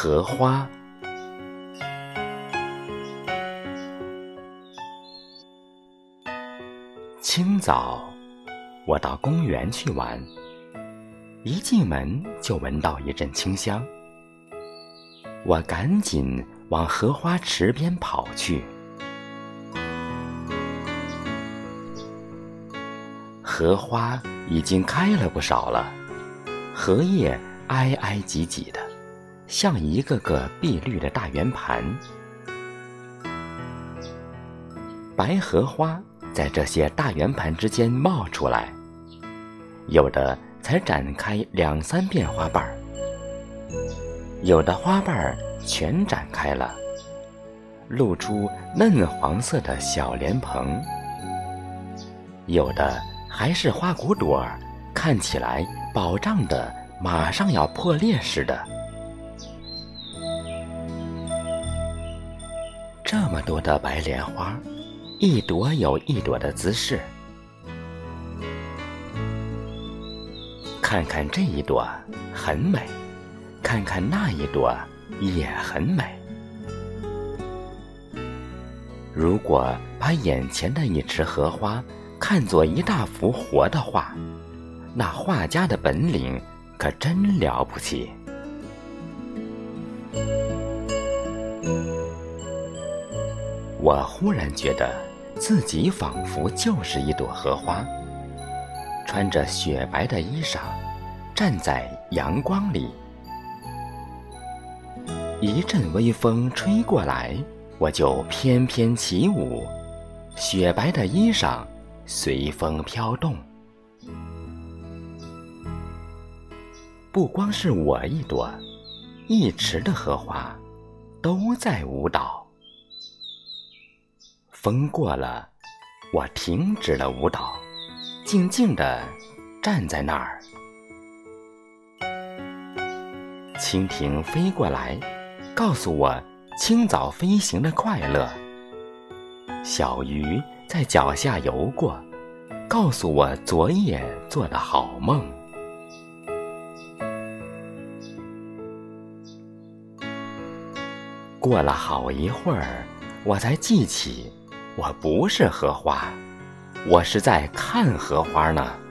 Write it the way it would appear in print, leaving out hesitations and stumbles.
荷花。清早，我到公园去玩，一进门就闻到一阵清香。我赶紧往荷花池边跑去。荷花已经开了不少了，荷叶挨挨挤挤的，像一个个碧绿的大圆盘。白荷花在这些大圆盘之间冒出来，有的才展开2、3片花瓣，有的花瓣全展开了，露出嫩黄色的小莲蓬，有的还是花骨朵，看起来饱胀的马上要破裂似的。这么多的白莲花，一朵有一朵的姿势。看看这一朵很美，看看那一朵也很美。如果把眼前的一池荷花看作一大幅活的画，那画家的本领可真了不起。我忽然觉得自己仿佛就是一朵荷花，穿着雪白的衣裳，站在阳光里。一阵微风吹过来，我就翩翩起舞，雪白的衣裳随风飘动。不光是我一朵，一池的荷花都在舞蹈。风过了，我停止了舞蹈，静静地站在那儿。蜻蜓飞过来，告诉我清早飞行的快乐。小鱼在脚下游过，告诉我昨夜做的好梦。过了好一会儿，我才记起我不是荷花，我是在看荷花呢。